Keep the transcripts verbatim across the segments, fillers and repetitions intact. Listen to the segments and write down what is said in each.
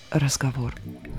разговор.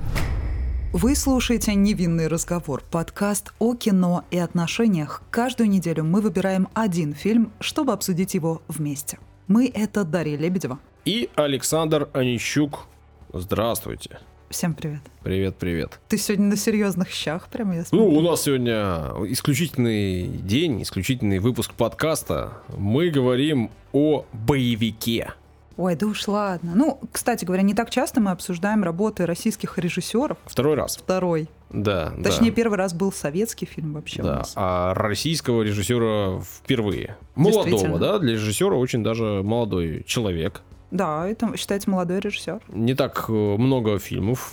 Вы слушаете «Невинный разговор» – подкаст о кино и отношениях. Каждую неделю мы выбираем один фильм, чтобы обсудить его вместе. Мы – это Дарья Лебедева и Александр Онищук. Здравствуйте. Всем привет. Привет, привет. Ты сегодня на серьезных щах, прям я смотрю. Ну, у нас сегодня исключительный день, исключительный выпуск подкаста. Мы говорим о боевике. Ой, да уж ладно. Ну, кстати говоря, не так часто мы обсуждаем работы российских режиссеров. Второй раз. Второй. Да. Точнее, да. первый раз был советский фильм вообще да, у нас. А российского режиссера впервые. Молодого, да? Для режиссера очень даже молодой человек. Да, это считается молодой режиссер. Не так много фильмов в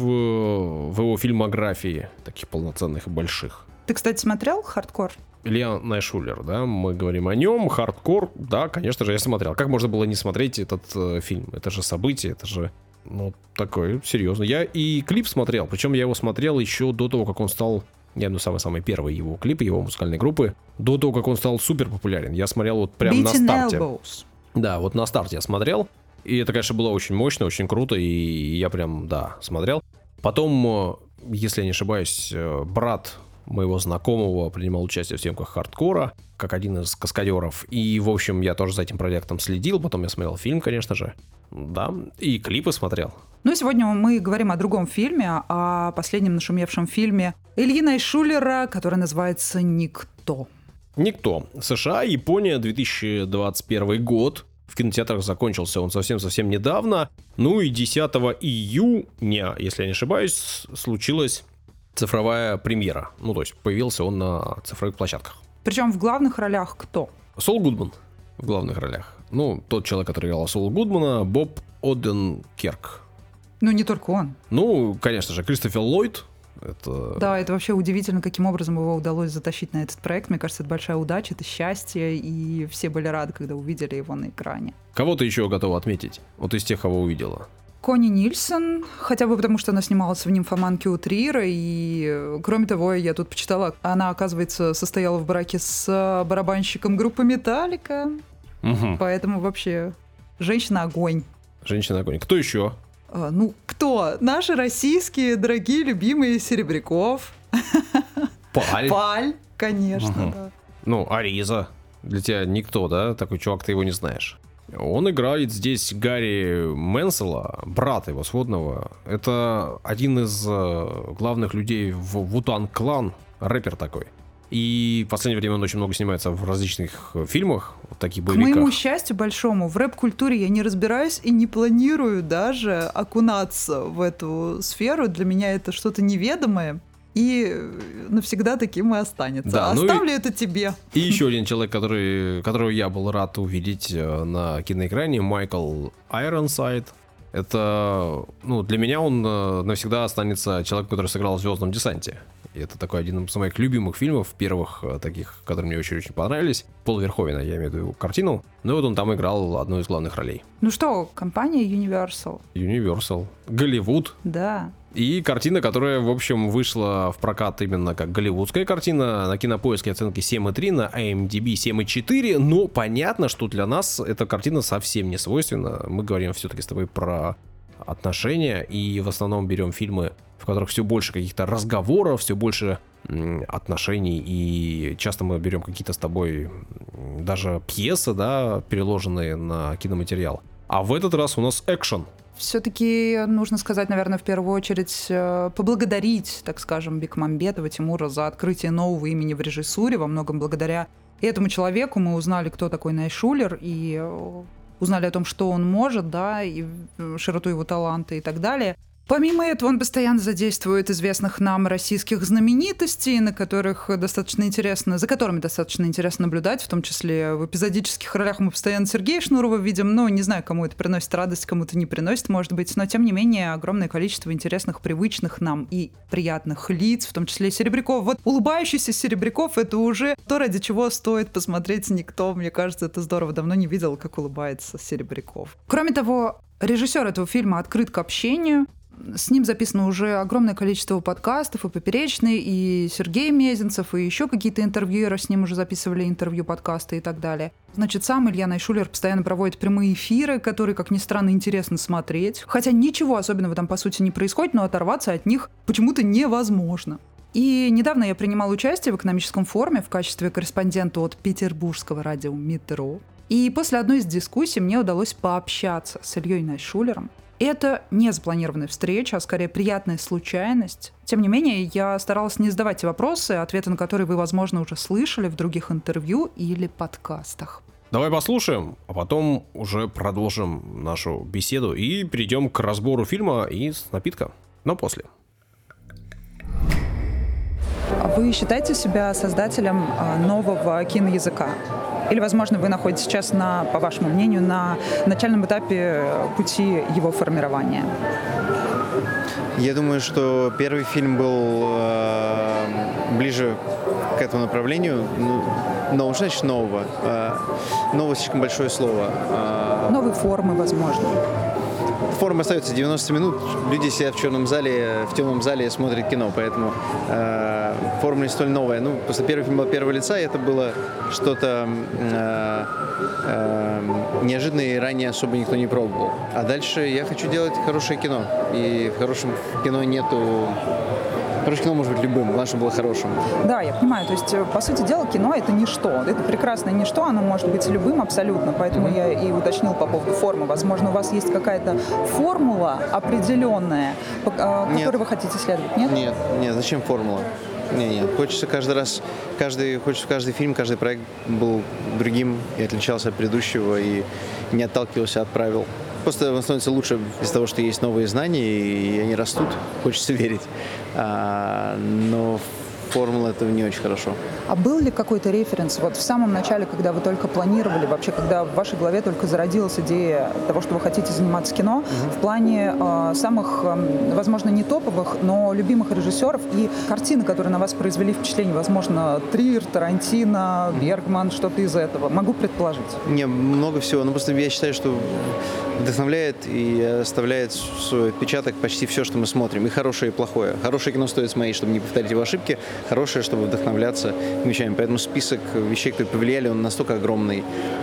его фильмографии, таких полноценных и больших. Ты, кстати, смотрел «Хардкор»? Илья Найшулер, да, мы говорим о нем. «Хардкор», да, конечно же, я смотрел. Как можно было не смотреть этот э, фильм? Это же событие, это же, ну, такое, серьезно. Я и клип смотрел, причем я его смотрел еще до того, как он стал, я ну, самый-самый первый его клип, его музыкальной группы, до того, как он стал супер популярен. Я смотрел вот прямо на старте. Elbows. Да, вот на старте я смотрел. И это, конечно, было очень мощно, очень круто, и я прям, да, смотрел. Потом, если я не ошибаюсь, брат моего знакомого принимал участие в съемках «Хардкора», как один из каскадеров. И, в общем, я тоже за этим проектом следил. Потом я смотрел фильм, конечно же. Да, и клипы смотрел. Ну, сегодня мы говорим о другом фильме, о последнем нашумевшем фильме Ильи Найшулера, который называется «Никто». «Никто». США, Япония, две тысячи двадцать первый год. В кинотеатрах закончился он совсем-совсем недавно. Ну и десятого июня, если я не ошибаюсь, случилась цифровая премьера. Ну, то есть появился он на цифровых площадках. Причем в главных ролях кто? Сол Гудман в главных ролях. Ну, тот человек, который играл Сола Гудмана, Боб Оденкерк. Ну, не только он. Ну, конечно же, Кристофер Ллойд. Это... Да, это вообще удивительно, каким образом его удалось затащить на этот проект. Мне кажется, это большая удача, это счастье, и все были рады, когда увидели его на экране. Кого ты еще готова отметить? Вот из тех, кого увидела. Конни Нильсон, хотя бы потому, что она снималась в «Нимфоманке» у Триера, и, кроме того, я тут почитала, она, оказывается, состояла в браке с барабанщиком группы «Металлика», угу. Поэтому вообще женщина-огонь. Женщина-огонь. Кто еще? А, ну, кто? Наши российские, дорогие, любимые Серебряков. Паль. Паль, конечно, угу. да. Ну, Ариза. Для тебя никто, да? Такой чувак, ты его не знаешь. Он играет здесь Гарри Мэнсела, брата его сводного. Это один из главных людей в Ву-Танг Клан, рэпер такой. И в последнее время он очень много снимается в различных фильмах, вот таких боевиках. К моему счастью большому, в рэп-культуре я не разбираюсь и не планирую даже окунаться в эту сферу. Для меня это что-то неведомое. И навсегда таким и останется. Да, Оставлю ну и, это тебе. И еще один человек, который, которого я был рад увидеть на киноэкране, Майкл Айронсайд. Это, ну, для меня он навсегда останется человеком, который сыграл в «Звездном десанте». И это такой один из моих любимых фильмов, первых таких, которые мне очень-очень понравились. Пол Верховена, я имею в виду картину. Ну и вот он там играл одну из главных ролей. Ну что, компания Universal. Universal. Голливуд. Да. И картина, которая, в общем, вышла в прокат именно как голливудская картина. На Кинопоиске оценки семь и три, на ай эм ди би семь и четыре. Но понятно, что для нас эта картина совсем не свойственна. Мы говорим все-таки с тобой про отношения. И в основном берем фильмы, в которых все больше каких-то разговоров, все больше м, отношений. И часто мы берем какие-то с тобой даже пьесы, да, переложенные на киноматериал. А в этот раз у нас экшен. Все-таки нужно сказать, наверное, в первую очередь поблагодарить, так скажем, Бекмамбетова Тимура за открытие нового имени в режиссуре. Во многом благодаря этому человеку мы узнали, кто такой Найшулер, и узнали о том, что он может, да, и широту его таланта и так далее. Помимо этого, он постоянно задействует известных нам российских знаменитостей, на которых достаточно интересно, за которыми достаточно интересно наблюдать, в том числе в эпизодических ролях мы постоянно Сергея Шнурова видим. Ну, не знаю, кому это приносит радость, кому-то не приносит, может быть, но, тем не менее, огромное количество интересных, привычных нам и приятных лиц, в том числе Серебряков. Вот улыбающийся Серебряков — это уже то, ради чего стоит посмотреть «Никто». Мне кажется, это здорово. Давно не видела, как улыбается Серебряков. Кроме того, режиссер этого фильма открыт к общению. С ним записано уже огромное количество подкастов, и Поперечный, и Сергей Мезенцев, и еще какие-то интервьюеры с ним уже записывали интервью, подкасты и так далее. Значит, сам Илья Найшулер постоянно проводит прямые эфиры, которые, как ни странно, интересно смотреть. Хотя ничего особенного там, по сути, не происходит, но оторваться от них почему-то невозможно. И недавно я принимала участие в экономическом форуме в качестве корреспондента от петербургского радио «Метро». И после одной из дискуссий мне удалось пообщаться с Ильей Найшулером. Это не запланированная встреча, а скорее приятная случайность. Тем не менее, я старалась не задавать те вопросы, ответы на которые вы, возможно, уже слышали в других интервью или подкастах. Давай послушаем, а потом уже продолжим нашу беседу и перейдем к разбору фильма из напитка. Но после. Вы считаете себя создателем нового киноязыка? Или, возможно, вы находитесь сейчас, на, по вашему мнению, на начальном этапе пути его формирования? Я думаю, что первый фильм был э, ближе к этому направлению. Ну, нового, что значит нового? Э, нового слишком большое слово. Э, Новые формы, возможно. Форма остается девяносто минут. Люди сидят в черном зале, в темном зале смотрят кино, поэтому э, форма не столь новая. Ну, после первого фильма был первого лица, и это было что-то э, э, неожиданное, и ранее особо никто не пробовал. А дальше я хочу делать хорошее кино. И в хорошем кино нету... Хорошее кино может быть любым, главное, чтобы было хорошим. Да, я понимаю. То есть, по сути дела, кино — это ничто. Это прекрасное ничто, оно может быть любым абсолютно. Поэтому mm-hmm. я и уточнил по поводу формы. Возможно, у вас есть какая-то формула определенная, которой нет. вы хотите следовать, нет? Нет, нет, зачем формула? Нет, нет. Хочется каждый раз, каждый, хочется каждый фильм, каждый проект был другим и отличался от предыдущего, и не отталкивался от правил. Просто он становится лучше из-за того, что есть новые знания, и они растут, хочется верить. А, но формула этого не очень хорошо. А был ли какой-то референс вот в самом начале, когда вы только планировали, вообще, когда в вашей голове только зародилась идея того, что вы хотите заниматься кино, mm-hmm. в плане э, самых, э, возможно, не топовых, но любимых режиссеров и картины, которые на вас произвели впечатление, возможно, Триер, Тарантино, Бергман, что-то из этого? Могу предположить. Не, много всего. Но просто я считаю, что вдохновляет и оставляет свой отпечаток почти все, что мы смотрим. И хорошее, и плохое. Хорошее кино стоит смотреть, чтобы не повторить его ошибки. Хорошее, чтобы вдохновляться вещами. Поэтому список вещей, которые повлияли, он настолько огромный.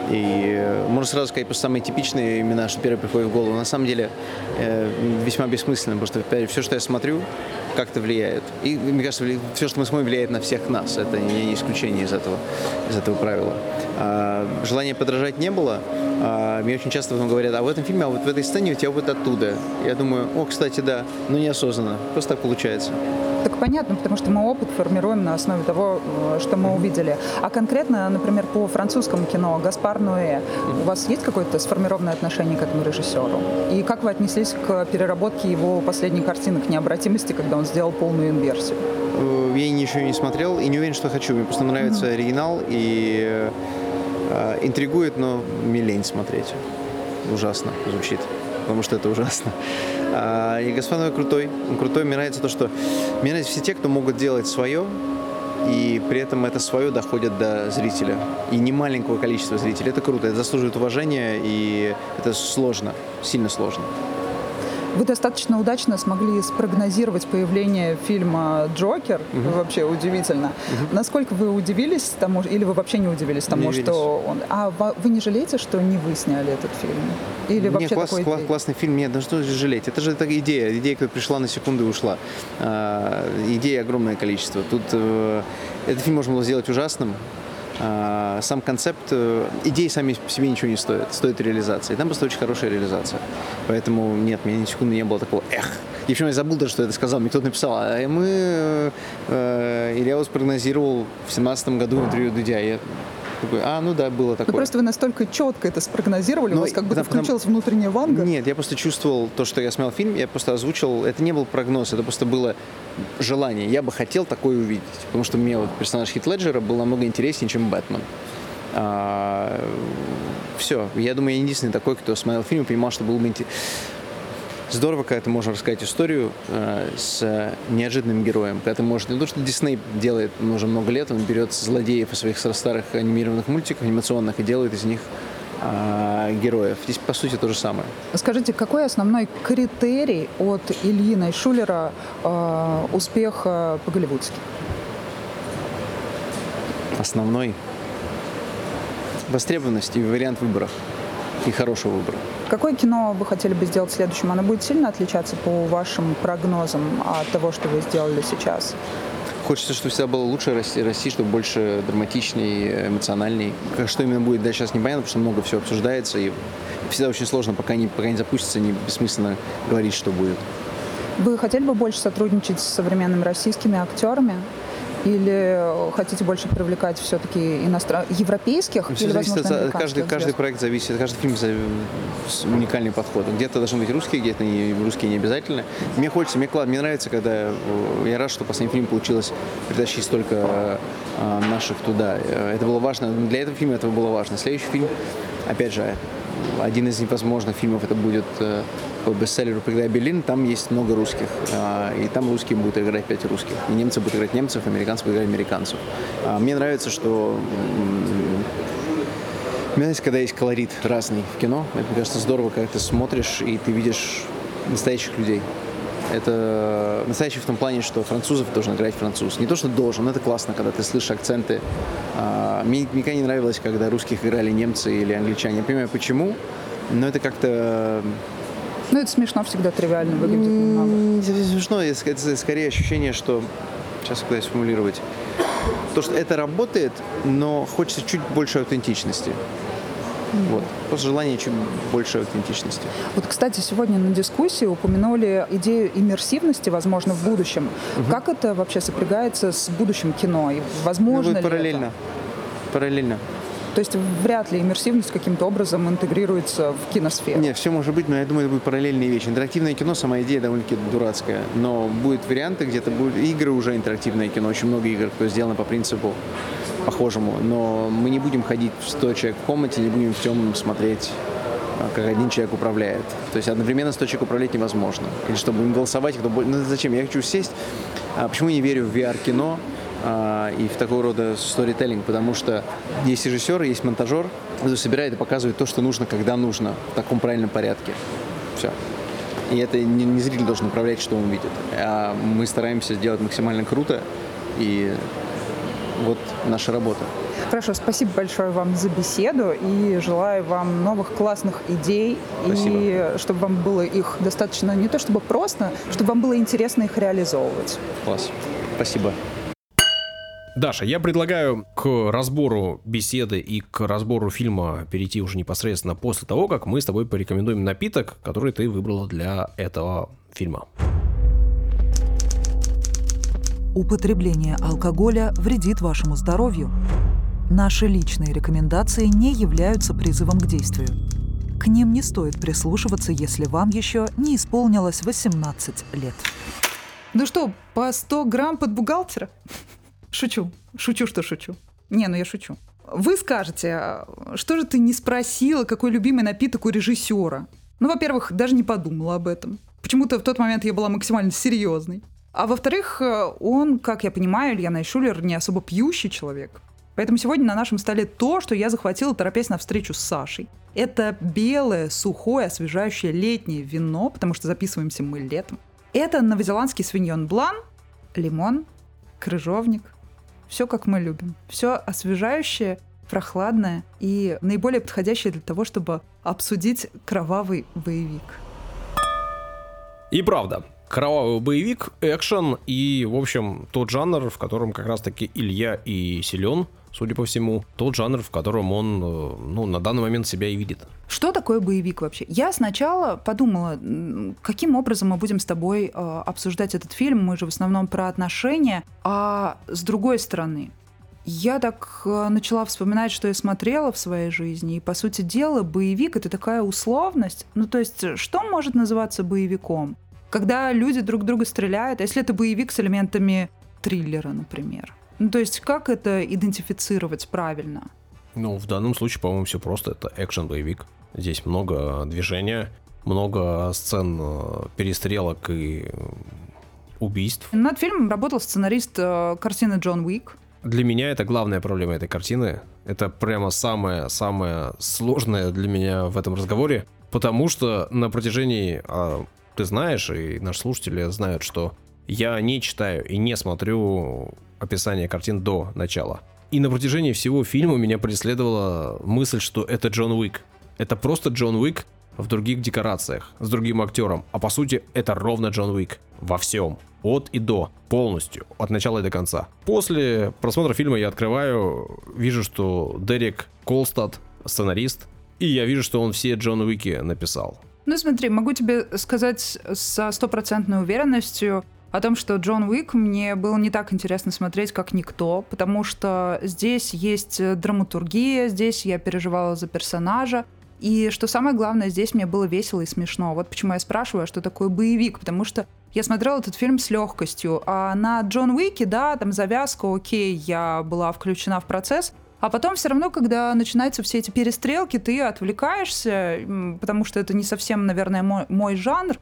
И можно сразу сказать, просто самые типичные имена, что первые приходят в голову. На самом деле э, весьма бессмысленно, потому что опять, все, что я смотрю, как-то влияет. И, мне кажется, все, что мы смотрим, влияет на всех нас. Это не исключение из этого, из этого правила. А, желания подражать не было. А, мне очень часто потом говорят, а в этом фильме, а вот в этой сцене у тебя вот оттуда. Я думаю, о, кстати, да, но неосознанно. Просто так получается. Так понятно, потому что мы опыт формируем на основе того, что мы увидели. А конкретно, например, по французскому кино «Гаспар Ноэ», у вас есть какое-то сформированное отношение к этому режиссеру? И как вы отнеслись к переработке его последней картины, к «Необратимости», когда он сделал полную инверсию? Я ничего не смотрел и не уверен, что хочу. Мне просто нравится mm-hmm. оригинал и э, интригует, но мне лень смотреть. Ужасно звучит. Потому что это ужасно. А, и Гаспар Ноэ крутой. Он крутой. Мне нравится то, что... Мне нравятся все те, кто могут делать свое, и при этом это свое доходит до зрителя. И не маленького количества зрителей. Это круто. Это заслуживает уважения, и это сложно. Сильно сложно. Вы достаточно удачно смогли спрогнозировать появление фильма «Джокер». Угу. Вообще удивительно. Угу. Насколько вы удивились тому, или вы вообще не удивились тому, не что он... А вы не жалеете, что не вы сняли этот фильм? Или вообще Нет, класс, такой... класс, классный фильм. Нет, ну что же жалеть? Это же такая идея. Идея, которая пришла на секунду и ушла. А, идей огромное количество. Тут э, этот фильм можно было сделать ужасным. А, сам концепт, идеи сами по себе ничего не стоят, стоит реализации. Там просто очень хорошая реализация. Поэтому нет, у меня ни секунды не было такого эх. И причем я забыл даже, что это сказал. Мне кто-то написал, а мы э, Илья вот спрогнозировал в семнадцатом году интервью Дудя. Я такой, а, ну да, было такое. Ну просто вы настолько четко это спрогнозировали, но, у вас как будто потому, включилась потому, внутренняя ванга. Нет, я просто чувствовал то, что я смотрел фильм, я просто озвучил, это не был прогноз, это просто было желание. Я бы хотел такое увидеть, потому что мне вот персонаж Хит Леджера был намного интереснее, чем Бэтмен. А, все, я думаю, я единственный такой, кто смотрел фильм и понимал, что было бы интересно. Здорово, когда ты можешь рассказать историю э, с неожиданным героем. Когда ты можешь... Не то, что Дисней делает уже много лет, он берет злодеев из своих старых анимированных мультиков, анимационных, и делает из них а, героев. Здесь, по сути, то же самое. Скажите, какой основной критерий от Ильи Найшулера э, успеха по-голливудски? Основной востребованность и вариант выбора. И хорошего выбора. Какое кино вы хотели бы сделать следующим? Оно будет сильно отличаться по вашим прогнозам от того, что вы сделали сейчас? Хочется, чтобы всегда было лучше расти, расти, чтобы больше драматичней, эмоциональней. Что именно будет дальше, сейчас непонятно, потому что много всего обсуждается, и всегда очень сложно, пока не, пока не запустится, не бессмысленно говорить, что будет. Вы хотели бы больше сотрудничать с современными российскими актерами? Или хотите больше привлекать все-таки иностранных, европейских? Все или, зависит возможно, от каждый, каждый проект зависит, каждый фильм уникальный подход. Где-то должны быть русские, где-то не, русские не обязательно. Мне хочется, мне, мне нравится, когда я рад, что последний фильм получилось притащить столько а, наших туда. Это было важно. Для этого фильма это было важно. Следующий фильм, опять же, один из невозможных фильмов, это будет по бестселлеру «Когда Берлин», там есть много русских, и там русские будут играть пять русских, и немцы будут играть немцев, американцы будут играть американцев. Мне нравится, что мне нравится, когда есть колорит разный в кино. Это, мне кажется, здорово, когда ты смотришь и ты видишь настоящих людей. Это настоящий в том плане, что французов должен играть француз. Не то, что должен, но это классно, когда ты слышишь акценты. Мне никогда не нравилось, когда русских играли немцы или англичане. Я понимаю, почему, но это как-то... Ну, это смешно всегда, тривиально выглядит немного. Это смешно, это скорее ощущение, что... Сейчас пытаюсь сформулировать. То, что это работает, но хочется чуть больше аутентичности. Вот. Просто желание чуть больше аутентичности. Вот, кстати, сегодня на дискуссии упомянули идею иммерсивности, возможно, в будущем. Угу. Как это вообще сопрягается с будущим кино? И возможно ну, ли параллельно. это? Параллельно. То есть вряд ли иммерсивность каким-то образом интегрируется в киносферу? Нет, все может быть, но я думаю, это будет параллельные вещи. Интерактивное кино, сама идея довольно-таки дурацкая, но будут варианты, где-то будут игры уже интерактивное кино, очень много игр, кто сделано по принципу похожему, но мы не будем ходить сто человек в комнате, не будем в темном смотреть, как один человек управляет. То есть одновременно сто человек управлять невозможно. Или чтобы им голосовать, кто больше... Ну зачем? Я хочу сесть. А почему не верю в ви ар-кино а, и в такого рода сторителлинг? Потому что есть режиссер, есть монтажер, который собирает и показывает то, что нужно, когда нужно, в таком правильном порядке. Все. И это не, не зритель должен управлять, что он видит. А мы стараемся сделать максимально круто, и вот наша работа. Хорошо, спасибо большое вам за беседу и желаю вам новых классных идей. Спасибо. И чтобы вам было их достаточно, не то чтобы просто, чтобы вам было интересно их реализовывать. Класс. Спасибо. Даша, я предлагаю к разбору беседы и к разбору фильма перейти уже непосредственно после того, как мы с тобой порекомендуем напиток, который ты выбрала для этого фильма. Употребление алкоголя вредит вашему здоровью. Наши личные рекомендации не являются призывом к действию. К ним не стоит прислушиваться, если вам еще не исполнилось восемнадцать лет. Ну что, по сто грамм под бухгалтера? Шучу. Шучу, что шучу. Не, ну я шучу. Вы скажете, что же ты не спросила, какой любимый напиток у режиссера? Ну, во-первых, даже не подумала об этом. Почему-то в тот момент я была максимально серьезной. А во-вторых, он, как я понимаю, Илья Найшулер не особо пьющий человек. Поэтому сегодня на нашем столе то, что я захватила, торопясь на встречу с Сашей. Это белое, сухое, освежающее летнее вино, потому что записываемся мы летом. Это новозеландский свиньон блан, лимон, крыжовник. Все, как мы любим. Все освежающее, прохладное и наиболее подходящее для того, чтобы обсудить кровавый боевик. И правда. Кровавый боевик, экшен и, в общем, тот жанр, в котором как раз-таки Илья и силен, судя по всему, тот жанр, в котором он, ну, на данный момент себя и видит. Что такое боевик вообще? Я сначала подумала, каким образом мы будем с тобой э, обсуждать этот фильм, мы же в основном про отношения, а с другой стороны, я так э, начала вспоминать, что я смотрела в своей жизни, и, по сути дела, боевик — это такая условность, ну, то есть, что может называться боевиком? Когда люди друг друга стреляют, а если это боевик с элементами триллера, например? Ну, то есть, как это идентифицировать правильно? Ну, в данном случае, по-моему, все просто. Это экшен-боевик. Здесь много движения, много сцен перестрелок и убийств. Над фильмом работал сценарист картины Джон Уик. для меня это главная проблема этой картины. Это прямо самое-самое сложное для меня в этом разговоре, потому что на протяжении, а, ты знаешь, и наши слушатели знают, что я не читаю и не смотрю описание картин до начала. И на протяжении всего фильма меня преследовала мысль, что это Джон Уик. Это просто Джон Уик в других декорациях, с другим актером. А по сути, это ровно Джон Уик. Во всем. От и до. Полностью. От начала и до конца. После просмотра фильма я открываю, вижу, что Дерек Колстад сценарист, и я вижу, что он все Джон Уики написал. Ну смотри, могу тебе сказать со стопроцентной уверенностью о том, что Джон Уик мне было не так интересно смотреть, как никто, потому что здесь есть драматургия, здесь я переживала за персонажа, и что самое главное, здесь мне было весело и смешно. Вот почему я спрашиваю, что такое боевик, потому что я смотрела этот фильм с легкостью, а на Джон Уике, да, там завязка, окей, я была включена в процесс, а потом все равно, когда начинаются все эти перестрелки, ты отвлекаешься, потому что это не совсем, наверное, мой, мой жанр.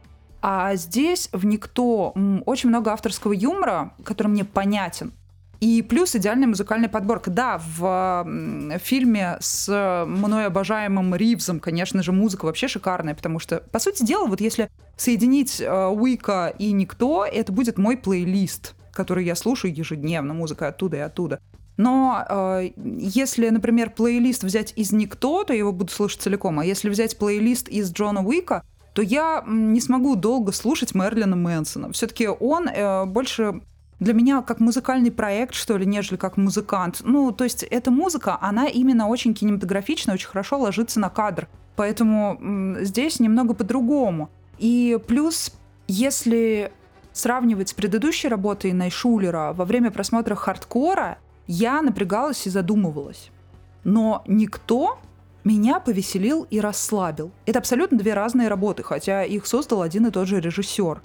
А здесь в «Никто» очень много авторского юмора, который мне понятен. И плюс идеальная музыкальная подборка. Да, в фильме с мной обожаемым Ривзом, конечно же, музыка вообще шикарная, потому что, по сути дела, вот если соединить Уика и «Никто», это будет мой плейлист, который я слушаю ежедневно, музыка оттуда и оттуда. Но э, если, например, плейлист взять из «Никто», то я его буду слушать целиком, а если взять плейлист из Джона Уика, то я не смогу долго слушать Мэрилина Мэнсона. Все-таки он э, больше для меня как музыкальный проект, что ли, нежели как музыкант. Ну, то есть эта музыка, она именно очень кинематографична, очень хорошо ложится на кадр. Поэтому м, здесь немного по-другому. И плюс, если сравнивать с предыдущей работой Найшулера, во время просмотра «Хардкора» я напрягалась и задумывалась. Но «Никто» меня повеселил и расслабил. Это абсолютно две разные работы, хотя их создал один и тот же режиссер.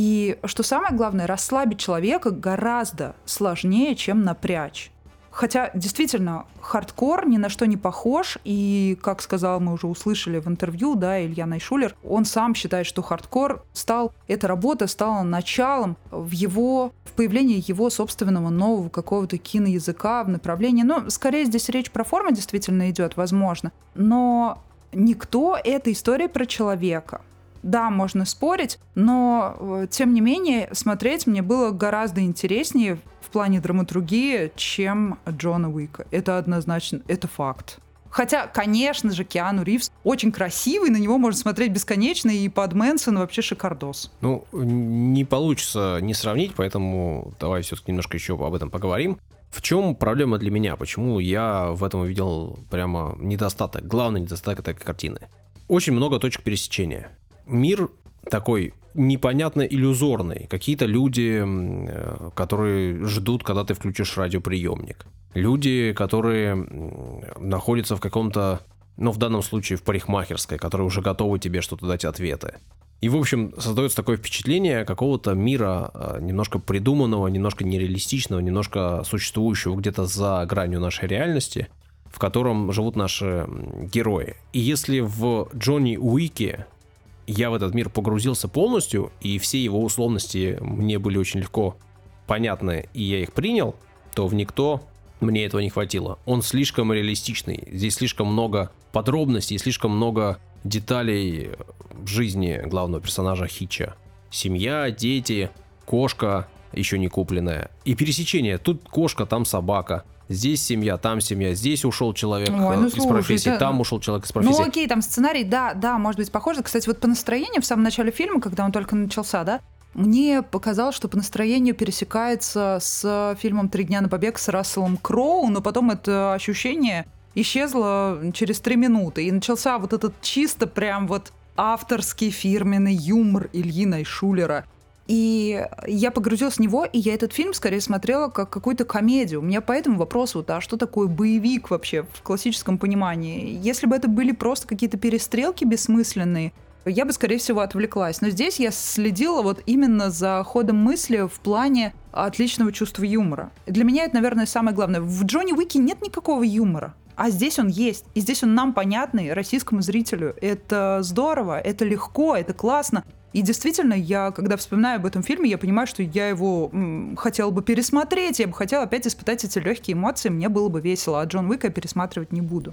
И что самое главное, расслабить человека гораздо сложнее, чем напрячь. Хотя, действительно, «Хардкор» ни на что не похож, и, как сказал, мы уже услышали в интервью, да, Илья Найшулер, он сам считает, что «Хардкор» стал, эта работа стала началом в его, в появлении его собственного нового какого-то киноязыка в направлении, ну, скорее здесь речь про форму действительно идет, возможно, но «Никто» — это история про человека. Да, можно спорить, но, тем не менее, смотреть мне было гораздо интереснее в плане драматургии, чем Джона Уика. Это однозначно, это факт. Хотя, конечно же, Киану Ривз очень красивый, на него можно смотреть бесконечно, и под Мэнсон вообще шикардос. Ну, не получится не сравнить, поэтому давай все-таки немножко еще об этом поговорим. В чем проблема для меня? Почему я в этом увидел прямо недостаток, главный недостаток этой картины? Очень много точек пересечения. Мир такой непонятно иллюзорный. Какие-то люди, которые ждут, когда ты включишь радиоприемник. Люди, которые находятся в каком-то, ну, в данном случае в парикмахерской, которые уже готовы тебе что-то дать ответы. И, в общем, создается такое впечатление какого-то мира немножко придуманного, немножко нереалистичного, немножко существующего где-то за гранью нашей реальности, в котором живут наши герои. И если в Джонни Уике я в этот мир погрузился полностью, и все его условности мне были очень легко понятны, и я их принял, то в «Никто» мне этого не хватило. Он слишком реалистичный, здесь слишком много подробностей, слишком много деталей в жизни главного персонажа Хитча. Семья, дети, кошка, еще не купленная. И пересечение. Тут кошка, там собака. Здесь семья, там семья, здесь ушел человек Ой, ну, из слушай, профессии, это... там ушел человек из профессии. Ну окей, там сценарий, да, да, может быть похож. Кстати, вот по настроению в самом начале фильма, когда он только начался, да, мне показалось, что по настроению пересекается с фильмом «Три дня на побег» с Расселом Кроу, но потом это ощущение исчезло через три минуты. И начался вот этот чисто прям вот авторский фирменный юмор Ильи Найшулера. И я погрузилась в него, и я этот фильм скорее смотрела как какую-то комедию. У меня по этому вопросу, вот, а что такое боевик вообще в классическом понимании? Если бы это были просто какие-то перестрелки бессмысленные, я бы, скорее всего, отвлеклась. Но здесь я следила вот именно за ходом мысли в плане отличного чувства юмора. Для меня это, наверное, самое главное. В Джонни Уике нет никакого юмора. А здесь он есть. И здесь он нам понятный, российскому зрителю. Это здорово, это легко, это классно. И действительно, я, когда вспоминаю об этом фильме, я понимаю, что я его м, хотела бы пересмотреть, я бы хотела опять испытать эти легкие эмоции, мне было бы весело, а Джон Уика я пересматривать не буду.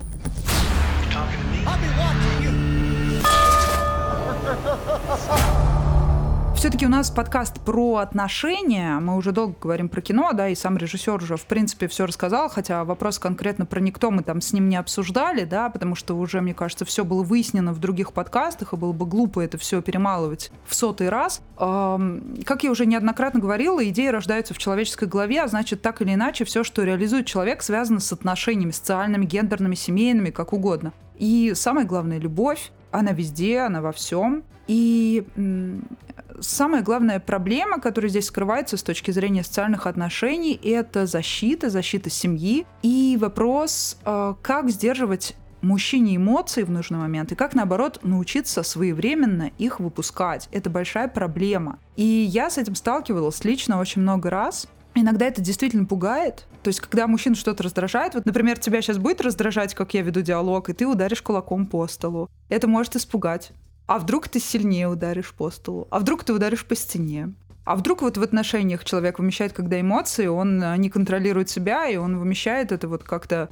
Все-таки у нас подкаст про отношения, мы уже долго говорим про кино, да, и сам режиссер уже, в принципе, все рассказал, хотя вопрос конкретно про никто мы там с ним не обсуждали, да, потому что уже, мне кажется, все было выяснено в других подкастах, и было бы глупо это все перемалывать в сотый раз. Эм, как я уже неоднократно говорила, идеи рождаются в человеческой голове, а значит, так или иначе, все, что реализует человек, связано с отношениями социальными, гендерными, семейными, как угодно. И самое главное, любовь, она везде, она во всем. И м- самая главная проблема, которая здесь скрывается с точки зрения социальных отношений, это защита, защита семьи и вопрос, э, как сдерживать мужчине эмоции в нужный момент и как, наоборот, научиться своевременно их выпускать. Это большая проблема. И я с этим сталкивалась лично очень много раз. Иногда это действительно пугает. То есть, когда мужчину что-то раздражает, вот, например, тебя сейчас будет раздражать, как я веду диалог, и ты ударишь кулаком по столу. Это может испугать. А вдруг ты сильнее ударишь по столу? А вдруг ты ударишь по стене? А вдруг вот в отношениях человек вымещает, когда эмоции, он не контролирует себя, и он вымещает это вот как-то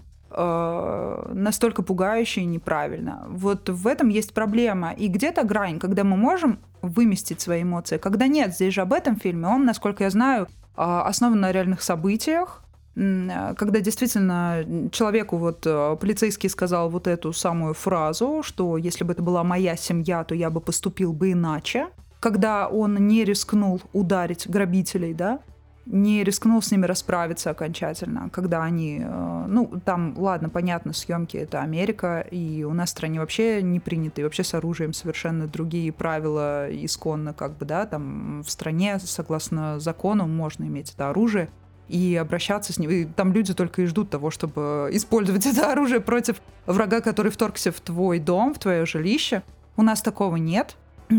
э, настолько пугающе и неправильно. Вот в этом есть проблема. И где-то грань, когда мы можем выместить свои эмоции, когда нет. Здесь же об этом фильме. Он, насколько я знаю, основан на реальных событиях. Когда действительно человеку вот полицейский сказал вот эту самую фразу, что если бы это была моя семья, то я бы поступил бы иначе. Когда он не рискнул ударить грабителей, да, не рискнул с ними расправиться окончательно, когда они, ну, там, ладно, понятно, съемки — это Америка, и у нас в стране вообще не приняты, и вообще с оружием совершенно другие правила исконно, как бы, да, там в стране, согласно закону, можно иметь это оружие и обращаться с ним. И там люди только и ждут того, чтобы использовать это оружие против врага, который вторгся в твой дом, в твое жилище. У нас такого нет.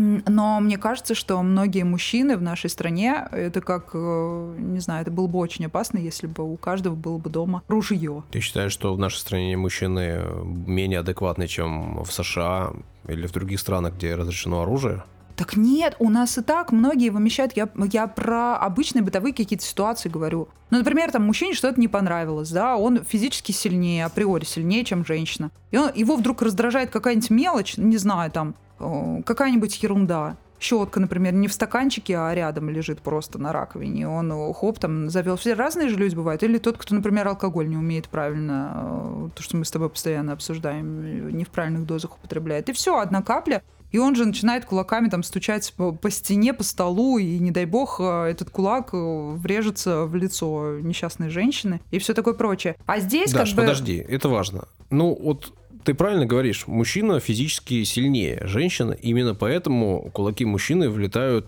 Но мне кажется, что многие мужчины в нашей стране, это как, не знаю, это было бы очень опасно, если бы у каждого было бы дома ружье. Ты считаешь, что в нашей стране мужчины менее адекватны, чем в США или в других странах, где разрешено оружие? Так нет, у нас и так многие вымещают. Я, я про обычные бытовые какие-то ситуации говорю. Ну, например, там мужчине что-то не понравилось, да, он физически сильнее, априори сильнее, чем женщина. И он, его вдруг раздражает какая-нибудь мелочь, не знаю, там, какая-нибудь ерунда. Щетка, например, не в стаканчике, а рядом лежит просто на раковине. Он хоп, там завел. Все разные же люди бывают. Или тот, кто, например, алкоголь не умеет правильно, то, что мы с тобой постоянно обсуждаем, не в правильных дозах употребляет. И все, одна капля. И он же начинает кулаками там стучать по, по стене, по столу, и, не дай бог, этот кулак врежется в лицо несчастной женщины и все такое прочее. А здесь Даш, как бы... подожди, это важно. Ну, вот ты правильно говоришь, мужчина физически сильнее женщины, именно поэтому кулаки мужчины влетают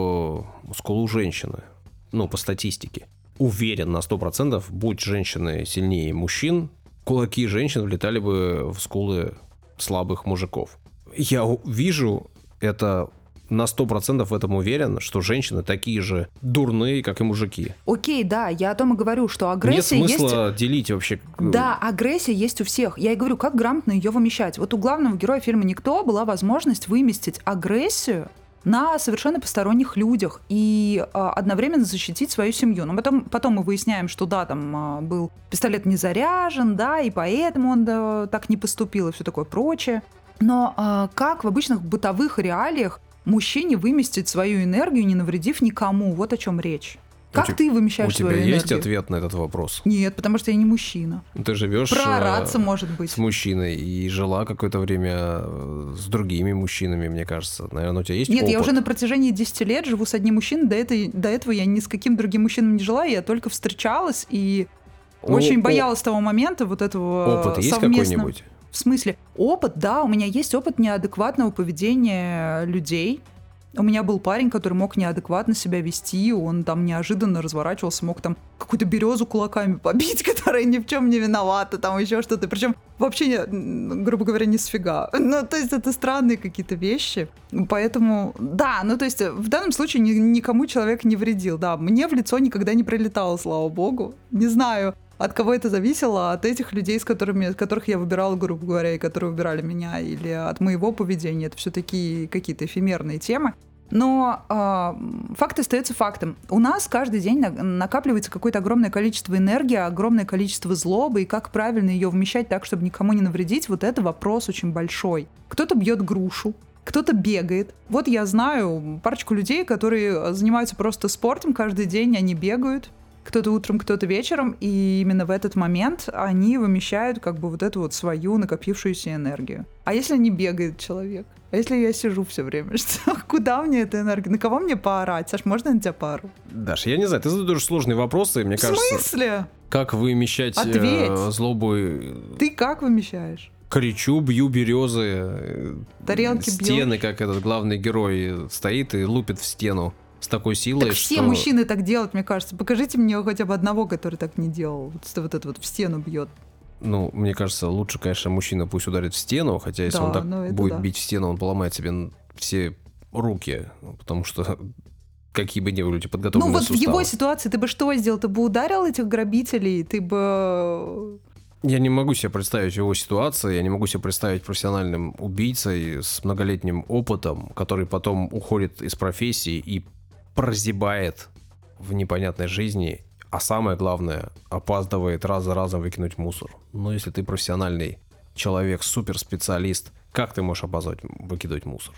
в скулу женщины, ну, по статистике. Уверен на сто процентов, будь женщины сильнее мужчин, кулаки женщин влетали бы в скулы слабых мужиков. Я вижу это на сто процентов в этом уверен, что женщины такие же дурные, как и мужики. Окей, да, я о том и говорю, что агрессия есть... Нет смысла есть... делить вообще. Да, агрессия есть у всех. Я и говорю, как грамотно ее вымещать. Вот у главного героя фильма «Никто» была возможность выместить агрессию на совершенно посторонних людях и а, одновременно защитить свою семью. Но потом, потом мы выясняем, что да, там а, был пистолет не заряжен, да, и поэтому он да, так не поступил и все такое прочее. Но а, как в обычных бытовых реалиях мужчине выместить свою энергию, не навредив никому? Вот о чем речь. Как у ты вымещаешь свою энергию? У тебя есть ответ на этот вопрос? Нет, потому что я не мужчина. Ты живешь проораться, может быть, с мужчиной и жила какое-то время с другими мужчинами, мне кажется. Наверное, у тебя есть Нет, опыт. Я уже на протяжении десяти лет живу с одним мужчиной. До, этой, до этого я ни с каким другим мужчиной не жила. Я только встречалась и ну, очень боялась о... того момента вот этого опыт есть совместного... какой-нибудь? В смысле? Опыт, да, у меня есть опыт неадекватного поведения людей. У меня был парень, который мог неадекватно себя вести, он там неожиданно разворачивался, мог там какую-то березу кулаками побить, которая ни в чем не виновата, там еще что-то. Причем вообще, грубо говоря, не сфига. Ну, то есть это странные какие-то вещи. Поэтому, да, ну, то есть в данном случае никому человек не вредил. Да, мне в лицо никогда не прилетало, слава богу. Не знаю, от кого это зависело, от этих людей, с которыми, которых я выбирала, грубо говоря, и которые выбирали меня, или от моего поведения. Это все такие какие-то эфемерные темы. Но э, факт остается фактом. У нас каждый день на- накапливается какое-то огромное количество энергии, огромное количество злобы, и как правильно ее вмещать так, чтобы никому не навредить, вот это вопрос очень большой. Кто-то бьет грушу, кто-то бегает. Вот я знаю парочку людей, которые занимаются просто спортом каждый день, они бегают. Кто-то утром, кто-то вечером, и именно в этот момент они вымещают как бы вот эту вот свою накопившуюся энергию. А если не бегает человек? А если я сижу все время? Что? Куда мне эта энергия? На кого мне поорать? Саш, можно я на тебя поору? Даш, я не знаю, ты задаешь сложные вопросы, мне В кажется. В смысле? Как вымещать э, злобу? Ты как вымещаешь? Кричу, бью березы, тарелки стены, бьешь? Как этот главный герой стоит и лупит в стену с такой силой, так что... все мужчины так делают, мне кажется. Покажите мне хотя бы одного, который так не делал. Вот, вот это вот в стену бьет. Ну, мне кажется, лучше, конечно, мужчина пусть ударит в стену, хотя если да, он так будет да. бить в стену, он поломает себе все руки, потому что какие бы ни были люди подготовленные Ну вот суставы. В его ситуации ты бы что сделал? Ты бы ударил этих грабителей? Ты бы... Я не могу себе представить его ситуации, я не могу себе представить профессиональным убийцей с многолетним опытом, который потом уходит из профессии и прозябает в непонятной жизни, а самое главное, опаздывает раз за разом выкинуть мусор. Но если ты профессиональный человек, суперспециалист, как ты можешь опаздывать выкидывать мусор?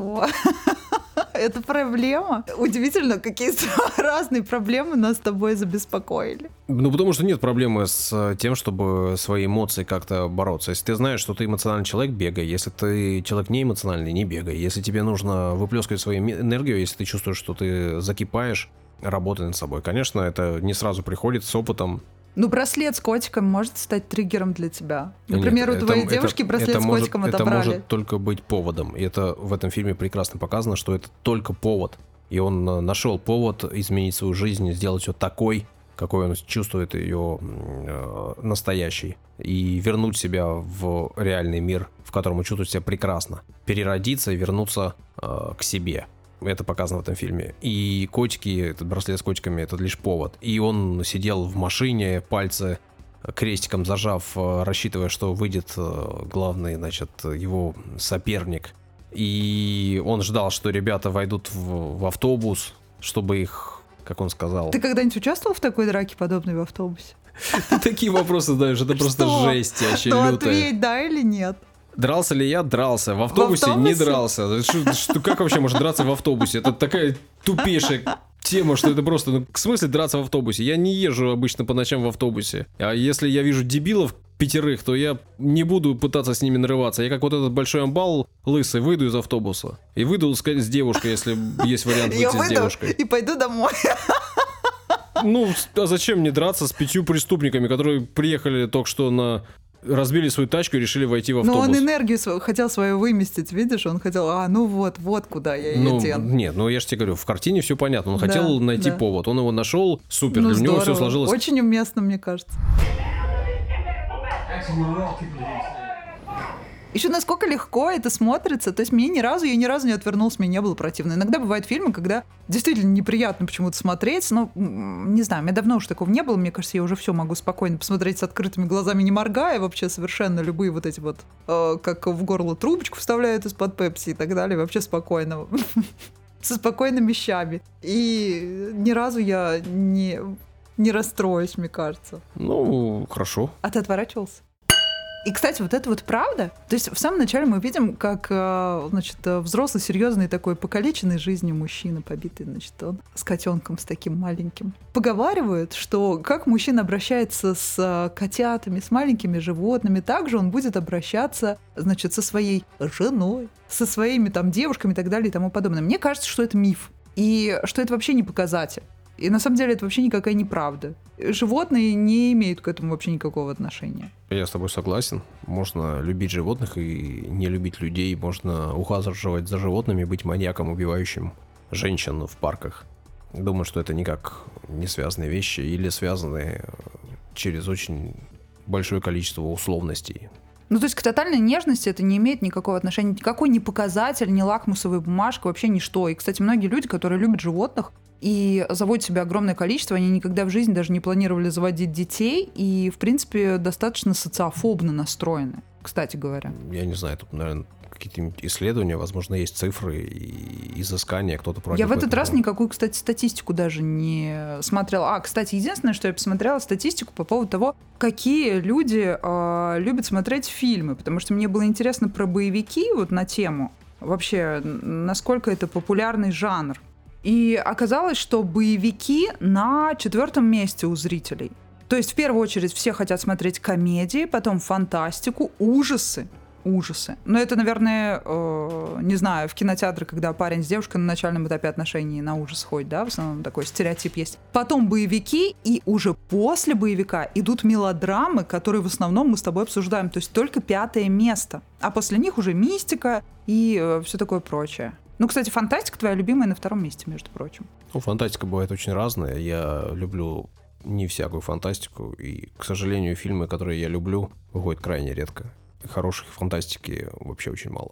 Это проблема. Удивительно, какие разные проблемы нас с тобой забеспокоили. Ну, потому что нет проблемы с тем, чтобы свои эмоции как-то бороться. Если ты знаешь, что ты эмоциональный человек, бегай. Если ты человек не эмоциональный, не бегай. Если тебе нужно выплескивать свою энергию, если ты чувствуешь, что ты закипаешь, работай над собой. Конечно, это не сразу приходит с опытом. Ну, браслет с котиком может стать триггером для тебя. Например, Нет, у твоей это, девушки это, браслет это с может, котиком это отобрали. Это может только быть поводом. И это в этом фильме прекрасно показано, что это только повод. И он нашел повод изменить свою жизнь, сделать ее такой, какой он чувствует ее э, настоящей. И вернуть себя в реальный мир, в котором он чувствует себя прекрасно. Переродиться и вернуться э, к себе. Это показано в этом фильме. И котики, этот браслет с котиками, это лишь повод. И он сидел в машине, пальцы крестиком зажав, рассчитывая, что выйдет главный, значит, его соперник. И он ждал, что ребята войдут в, в автобус, чтобы их, как он сказал... Ты когда-нибудь участвовал в такой драке, подобной в автобусе? Ты такие вопросы задаешь, это просто жесть вообще лютая. Ну ответь, да или нет? Дрался ли я? Дрался. В автобусе, в автобусе? не дрался. Что, что, как вообще можно драться в автобусе? Это такая тупейшая тема, что это просто... Ну, в смысле драться в автобусе? Я не езжу обычно по ночам в автобусе. А если я вижу дебилов пятерых, то я не буду пытаться с ними нарываться. Я как вот этот большой амбал лысый выйду из автобуса. И выйду с, с девушкой, если есть вариант выйти с девушкой. И пойду домой. Ну, а зачем мне драться с пятью преступниками, которые приехали только что на... разбили свою тачку и решили войти в автобус. Но он энергию свою, хотел свою выместить, видишь? Он хотел, а, ну вот, вот куда я ну, еду. Нет, ну я же тебе говорю, в картине все понятно. Он да, хотел найти да. повод, он его нашел, супер, ну, для здорово. него все сложилось. Очень уместно, мне кажется. Еще насколько легко это смотрится. То есть мне ни разу, я ни разу не отвернулась, мне не было противно. Иногда бывают фильмы, когда действительно неприятно почему-то смотреть. Но, не знаю, у меня давно уже такого не было. Мне кажется, я уже все могу спокойно посмотреть с открытыми глазами, не моргая. Вообще совершенно любые вот эти вот, э, как в горло трубочку вставляют из-под пепси и так далее. Вообще спокойно. Со спокойными щами. И ни разу я не, не расстроюсь, мне кажется. Ну, хорошо. А ты отворачивался? И, кстати, вот это вот правда. То есть в самом начале мы видим, как, значит, взрослый, серьезный такой, покалеченный жизнью мужчина, побитый, значит, он с котенком, с таким маленьким. Поговаривают, что как мужчина обращается с котятами, с маленькими животными, так же он будет обращаться, значит, со своей женой, со своими там девушками и так далее и тому подобное. Мне кажется, что это миф. И что это вообще не показатель. И на самом деле это вообще никакая неправда. Животные не имеют к этому вообще никакого отношения. Я с тобой согласен. Можно любить животных и не любить людей. Можно ухаживать за животными, быть маньяком, убивающим женщин в парках. Думаю, что это никак не связанные вещи или связаны через очень большое количество условностей. Ну, то есть к тотальной нежности это не имеет никакого отношения. Никакой не показатель, ни лакмусовая бумажка, вообще ничто. И, кстати, многие люди, которые любят животных и заводят себе огромное количество, они никогда в жизни даже не планировали заводить детей и, в принципе, достаточно социофобно настроены, кстати говоря. Я не знаю, тут, наверное, какие-то исследования, возможно, есть цифры и изыскания, кто-то проводит. Я в этот раз никакую, кстати, статистику даже не смотрела. А, кстати, единственное, что я посмотрела статистику по поводу того, какие люди э, любят смотреть фильмы, потому что мне было интересно про боевики вот на тему, вообще, насколько это популярный жанр. И оказалось, что боевики на четвертом месте у зрителей. То есть, в первую очередь, все хотят смотреть комедии, потом фантастику, ужасы. Ужасы. Но это, наверное, э, не знаю, в кинотеатры, когда парень с девушкой на начальном этапе отношений на ужас ходит, да, в основном такой стереотип есть. Потом боевики, и уже после боевика идут мелодрамы, которые в основном мы с тобой обсуждаем. То есть только пятое место. А после них уже мистика и э, все такое прочее. Ну, кстати, фантастика твоя любимая на втором месте, между прочим. Ну, фантастика бывает очень разная. Я люблю не всякую фантастику. И, к сожалению, фильмы, которые я люблю, выходят крайне редко. Хороших фантастики вообще очень мало.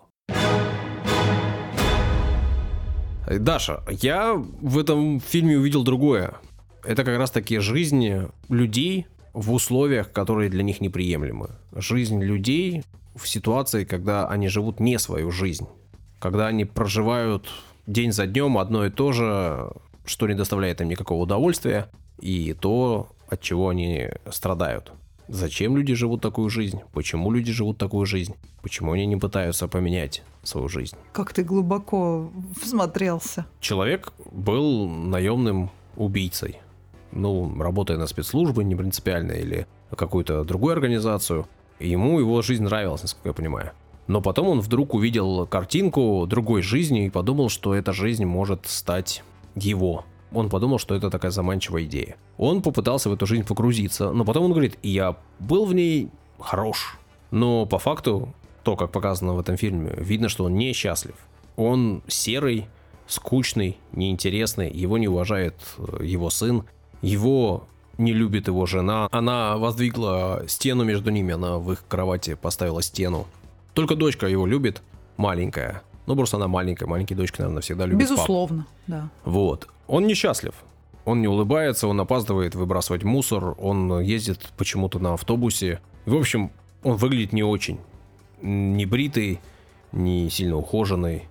Даша, я в этом фильме увидел другое. Это как раз-таки жизнь людей в условиях, которые для них неприемлемы. Жизнь людей в ситуации, когда они живут не свою жизнь. Когда они проживают день за днем одно и то же, что не доставляет им никакого удовольствия, и то, от чего они страдают. Зачем люди живут такую жизнь? Почему люди живут такую жизнь? Почему они не пытаются поменять свою жизнь? Как ты глубоко всмотрелся. Человек был наемным убийцей. Ну, работая на спецслужбы, не принципиально, или какую-то другую организацию. Ему его жизнь нравилась, насколько я понимаю. Но потом он вдруг увидел картинку другой жизни и подумал, что эта жизнь может стать его. Он подумал, что это такая заманчивая идея. Он попытался в эту жизнь погрузиться, но потом он говорит, я был в ней хорош. Но по факту, то, как показано в этом фильме, видно, что он несчастлив. Он серый, скучный, неинтересный, его не уважает его сын, его не любит его жена. Она воздвигла стену между ними, она в их кровати поставила стену. Только дочка его любит, маленькая. Ну, просто она маленькая, маленькие дочки, наверное, всегда любят папу. Безусловно, да. Вот. Он несчастлив. Он не улыбается, он опаздывает выбрасывать мусор, он ездит почему-то на автобусе. В общем, он выглядит не очень. Не бритый, не сильно ухоженный,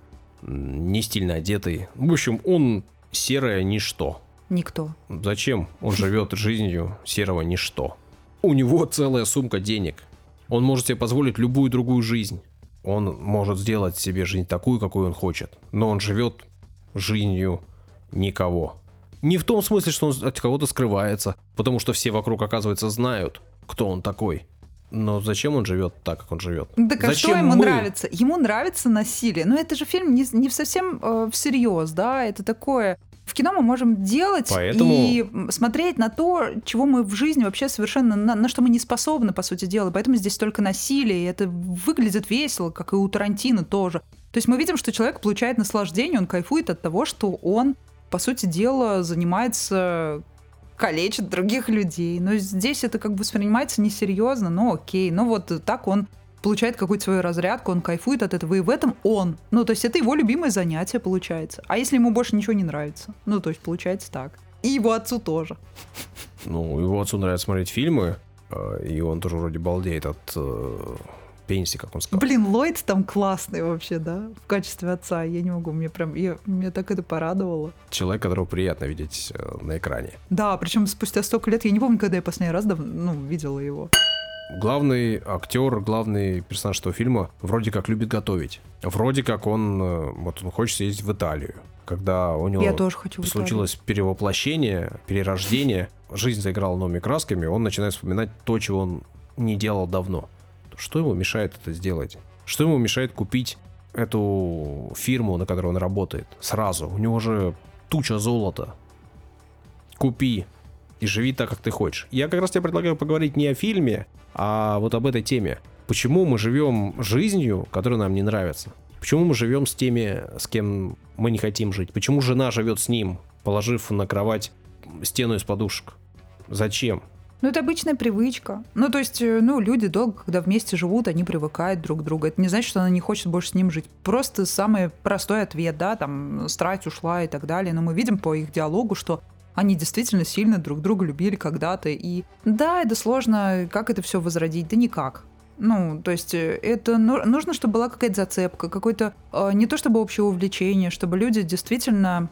не стильно одетый. В общем, он серое ничто. Никто. Зачем он живет жизнью серого ничто? У него целая сумка денег. Он может себе позволить любую другую жизнь. Он может сделать себе жизнь такую, какую он хочет. Но он живет жизнью никого. Не в том смысле, что он от кого-то скрывается, потому что все вокруг, оказывается, знают, кто он такой. Но зачем он живет так, как он живет? Так а зачем что ему мы? нравится? Ему нравится насилие. Но это же фильм не, не совсем э, всерьез, да? Это такое... В кино мы можем делать Поэтому... и смотреть на то, чего мы в жизни вообще совершенно... На, на что мы не способны, по сути дела. Поэтому здесь только насилие, и это выглядит весело, как и у Тарантино тоже. То есть мы видим, что человек получает наслаждение, он кайфует от того, что он, по сути дела, занимается... калечит других людей. Но здесь это как бы воспринимается несерьезно, но окей. Ну вот так он получает какую-то свою разрядку, он кайфует от этого, и в этом он. Ну, то есть это его любимое занятие получается. А если ему больше ничего не нравится? Ну, то есть получается так. И его отцу тоже. Ну, его отцу нравится смотреть фильмы, и он тоже вроде балдеет от э, пенсии, как он сказал. Блин, Ллойд там классный вообще, да? В качестве отца. Я не могу, мне прям... Я, меня так это порадовало. Человек, которого приятно видеть э, на экране. Да, причем спустя столько лет, я не помню, когда я последний раз дав... ну, видела его. Главный актер, главный персонаж этого фильма вроде как любит готовить. Вроде как он, вот он хочет съездить в Италию. Когда у него Я тоже хочу в случилось перевоплощение, перерождение, жизнь заиграла новыми красками, он начинает вспоминать то, чего он не делал давно. Что ему мешает это сделать? Что ему мешает купить эту фирму, на которой он работает, сразу? У него же туча золота. Купи и живи так, как ты хочешь. Я как раз тебе предлагаю поговорить не о фильме, а вот об этой теме. Почему мы живем жизнью, которая нам не нравится? Почему мы живем с теми, с кем мы не хотим жить? Почему жена живет с ним, положив на кровать стену из подушек? Зачем? Ну, это обычная привычка. Ну, то есть, ну, люди долго, когда вместе живут, они привыкают друг к другу. Это не значит, что она не хочет больше с ним жить. Просто самый простой ответ, да, там, страсть ушла и так далее. Но мы видим по их диалогу, что они действительно сильно друг друга любили когда-то. И да, это сложно. Как это все возродить? Да никак. Ну, то есть это нужно, чтобы была какая-то зацепка, какое-то не то чтобы общее увлечение, чтобы люди действительно,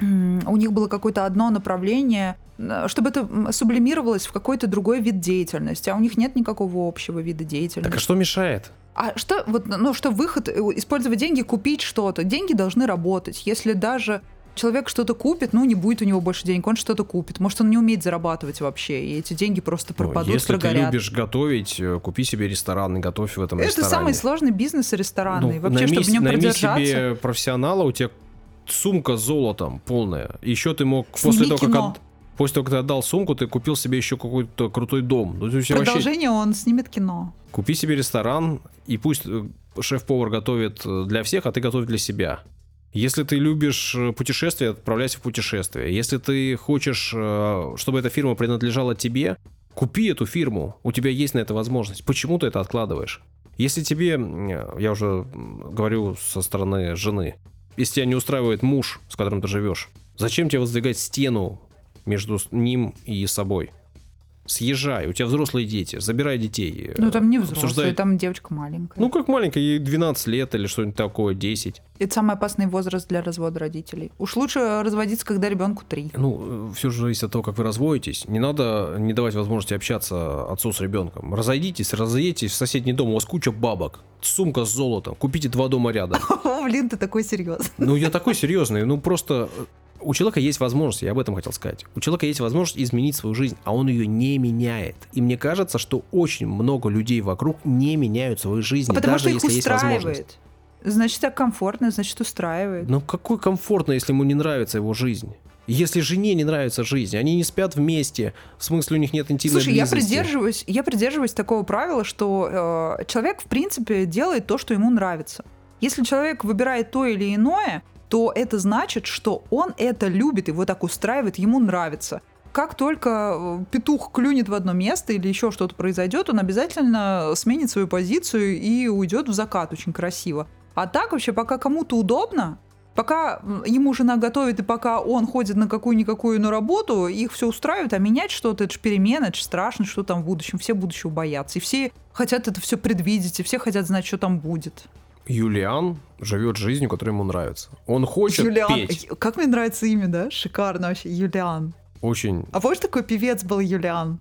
у них было какое-то одно направление, чтобы это сублимировалось в какой-то другой вид деятельности, а у них нет никакого общего вида деятельности. Так а что мешает? А что, вот, ну, что выход, использовать деньги, купить что-то. Деньги должны работать. Если даже человек что-то купит, ну, не будет у него больше денег, он что-то купит. Может, он не умеет зарабатывать вообще, и эти деньги просто пропадут, ну, если прогорят. Если ты любишь готовить, купи себе ресторан и готовь в этом это ресторане. Это самый сложный бизнес ресторанный. Ну, вообще, чтобы в нем продержаться. Найми себе профессионала, у тебя сумка с золотом полная. Еще ты мог Сними после того, кино. как... От... После того, как ты отдал сумку, ты купил себе еще какой-то крутой дом. Ну, продолжение вообще... он снимет кино. Купи себе ресторан, и пусть шеф-повар готовит для всех, а ты готовь для себя. Если ты любишь путешествия, отправляйся в путешествие. Если ты хочешь, чтобы эта фирма принадлежала тебе, купи эту фирму. У тебя есть на это возможность. Почему ты это откладываешь? Если тебе, я уже говорю со стороны жены, если тебя не устраивает муж, с которым ты живешь, зачем тебе воздвигать стену между ним и собой? Съезжай, у тебя взрослые дети, забирай детей. Ну там не взрослые, обсуждай... там девочка маленькая. Ну как маленькая, ей двенадцать лет или что-нибудь такое, десять. Это самый опасный возраст для развода родителей. Уж лучше разводиться, когда ребенку три. Ну, все же зависит от того, как вы разводитесь. Не надо не давать возможности общаться отцу с ребенком. Разойдитесь, разъедетесь в соседний дом, у вас куча бабок, сумка с золотом, купите два дома рядом. О, блин, ты такой серьезный. Ну я такой серьезный, ну просто... У человека есть возможность, я об этом хотел сказать. У человека есть возможность изменить свою жизнь, а он ее не меняет. И мне кажется, что очень много людей вокруг не меняют свою жизнь, а потому даже что их если устраивает. есть возможность. Значит, так комфортно, значит, устраивает. Ну какой комфортно, если ему не нравится его жизнь? Если жене не нравится жизнь, они не спят вместе, в смысле у них нет интимной Слушай, близости. я придерживаюсь, я придерживаюсь такого правила, что э, человек, в принципе, делает то, что ему нравится. Если человек выбирает то или иное, то это значит, что он это любит, его так устраивает, ему нравится. Как только петух клюнет в одно место или еще что-то произойдет, он обязательно сменит свою позицию и уйдет в закат очень красиво. А так вообще, пока кому-то удобно, пока ему жена готовит и пока он ходит на какую-никакую на работу, их все устраивает, а менять что-то, это же перемена, это же страшно, что там в будущем. Все будущего боятся, и все хотят это все предвидеть, и все хотят знать, что там будет. Юлиан живет жизнью, которая ему нравится. Он хочет Юлиан. петь. Как мне нравится имя, да? Шикарно вообще. Юлиан. Очень. А помнишь, такой певец был Юлиан?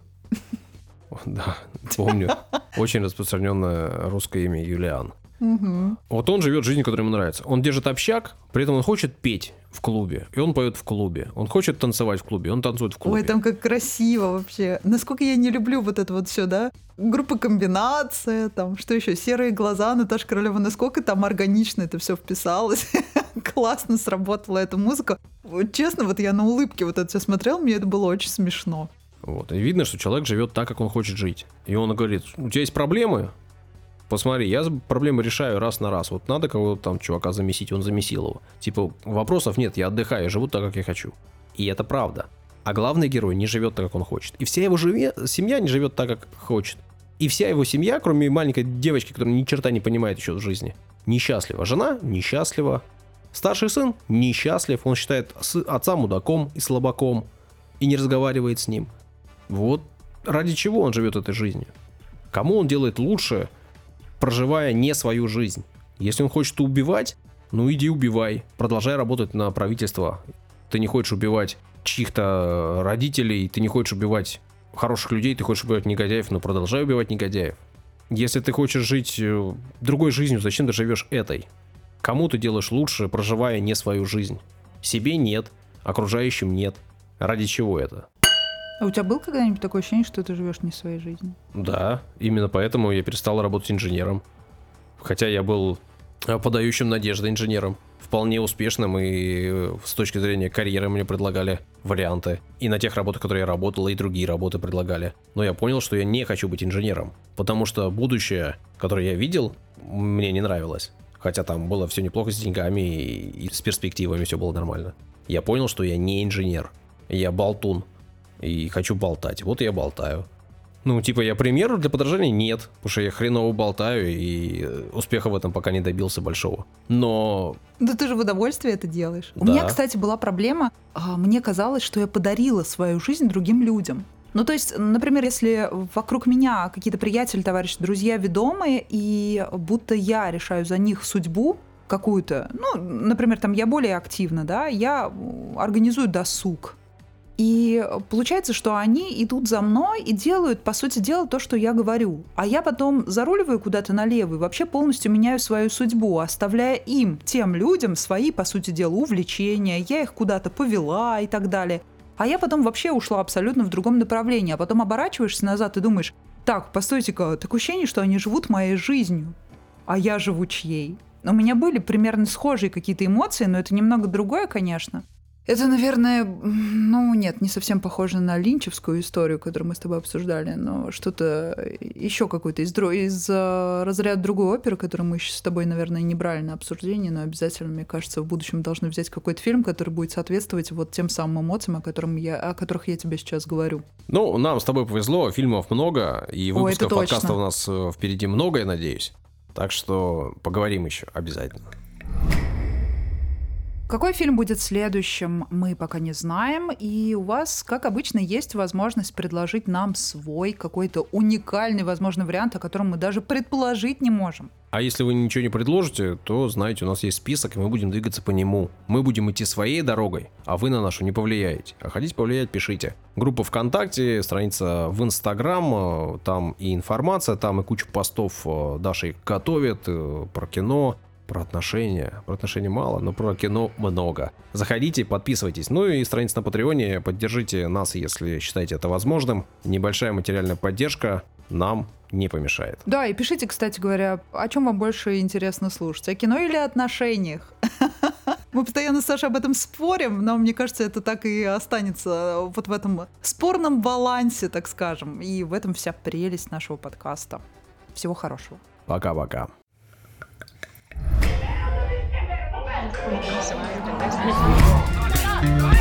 Да, помню. Очень распространенное русское имя Юлиан. Угу. Вот он живет жизнью, которая ему нравится. Он держит общак, при этом он хочет петь в клубе, и он поет в клубе. Он хочет танцевать в клубе, он танцует в клубе. Ой, там как красиво вообще. Насколько я не люблю вот это вот все, да? Группа комбинация, там, что еще? Серые глаза, Наташа Королева. Насколько там органично это все вписалось. Классно сработала эта музыка. Вот, честно, вот я на улыбке вот это все смотрел, мне это было очень смешно. Вот. И видно, что человек живет так, как он хочет жить. И он говорит, у тебя есть проблемы? Посмотри, я проблемы решаю раз на раз. Вот надо кого-то там чувака замесить, он замесил его. Типа, вопросов нет, я отдыхаю, я живу так, как я хочу. И это правда. А главный герой не живет так, как он хочет. И вся его живе... семья не живет так, как хочет. И вся его семья, кроме маленькой девочки, которая ни черта не понимает еще в жизни, несчастлива. Жена несчастлива. Старший сын несчастлив. Он считает отца мудаком и слабаком. И не разговаривает с ним. Вот ради чего он живет этой жизнью. Кому он делает лучше, проживая не свою жизнь. Если он хочет убивать, ну иди убивай. Продолжай работать на правительство. Ты не хочешь убивать чьих-то родителей, ты не хочешь убивать хороших людей, ты хочешь убивать негодяев, но продолжай убивать негодяев. Если ты хочешь жить другой жизнью, зачем ты живешь этой? Кому ты делаешь лучше, проживая не свою жизнь? Себе нет, окружающим нет. Ради чего это? А у тебя был когда-нибудь такое ощущение, что ты живешь не своей жизнью? Да, именно поэтому я перестал работать инженером. Хотя я был подающим надежды инженером. Вполне успешным, и с точки зрения карьеры мне предлагали варианты. И на тех работах, которые я работал, и другие работы предлагали. Но я понял, что я не хочу быть инженером. Потому что будущее, которое я видел, мне не нравилось. Хотя там было все неплохо с деньгами, и с перспективами все было нормально. Я понял, что я не инженер. Я болтун. И хочу болтать. Вот я болтаю. Ну, типа, я примеру для подражания? Нет. Потому что я хреново болтаю, и успеха в этом пока не добился большого. Но... Да ты же в удовольствие это делаешь. Да. У меня, кстати, была проблема. Мне казалось, что я подарила свою жизнь другим людям. Ну, то есть, например, если вокруг меня какие-то приятели, товарищи, друзья ведомые, и будто я решаю за них судьбу какую-то, ну, например, там я более активна, да, я организую досуг. И получается, что они идут за мной и делают, по сути дела, то, что я говорю. А я потом заруливаю куда-то налево и вообще полностью меняю свою судьбу, оставляя им, тем людям, свои, по сути дела, увлечения. Я их куда-то повела и так далее. А я потом вообще ушла абсолютно в другом направлении. А потом оборачиваешься назад и думаешь, так, постойте-ка, такое ощущение, что они живут моей жизнью, а я живу чьей. У меня были примерно схожие какие-то эмоции, но это немного другое, конечно. Это, наверное, ну нет, не совсем похоже на линчевскую историю, которую мы с тобой обсуждали, но что-то еще какое-то из, из uh, разряда другой оперы, которую мы еще с тобой, наверное, не брали на обсуждение, но обязательно, мне кажется, в будущем должны взять какой-то фильм, который будет соответствовать вот тем самым эмоциям, о, котором я, о которых я тебе сейчас говорю. Ну, нам с тобой повезло, фильмов много, и выпусков Ой, подкаста у нас впереди много, я надеюсь. Так что поговорим еще обязательно. Какой фильм будет следующим, мы пока не знаем, и у вас, как обычно, есть возможность предложить нам свой какой-то уникальный, возможно, вариант, о котором мы даже предположить не можем. А если вы ничего не предложите, то, знаете, у нас есть список, и мы будем двигаться по нему. Мы будем идти своей дорогой, а вы на нашу не повлияете. А хотите повлиять, пишите. Группа ВКонтакте, страница в Инстаграм, там и информация, там и куча постов Даша их готовит про кино. Про отношения. Про отношения мало, но про кино много. Заходите, подписывайтесь. Ну и страница на Патреоне. Поддержите нас, если считаете это возможным. Небольшая материальная поддержка нам не помешает. Да, и пишите, кстати говоря, о чем вам больше интересно слушать. О кино или о отношениях? Мы постоянно с Сашей об этом спорим, но мне кажется, это так и останется вот в этом спорном балансе, так скажем. И в этом вся прелесть нашего подкаста. Всего хорошего. Пока-пока. Survived in this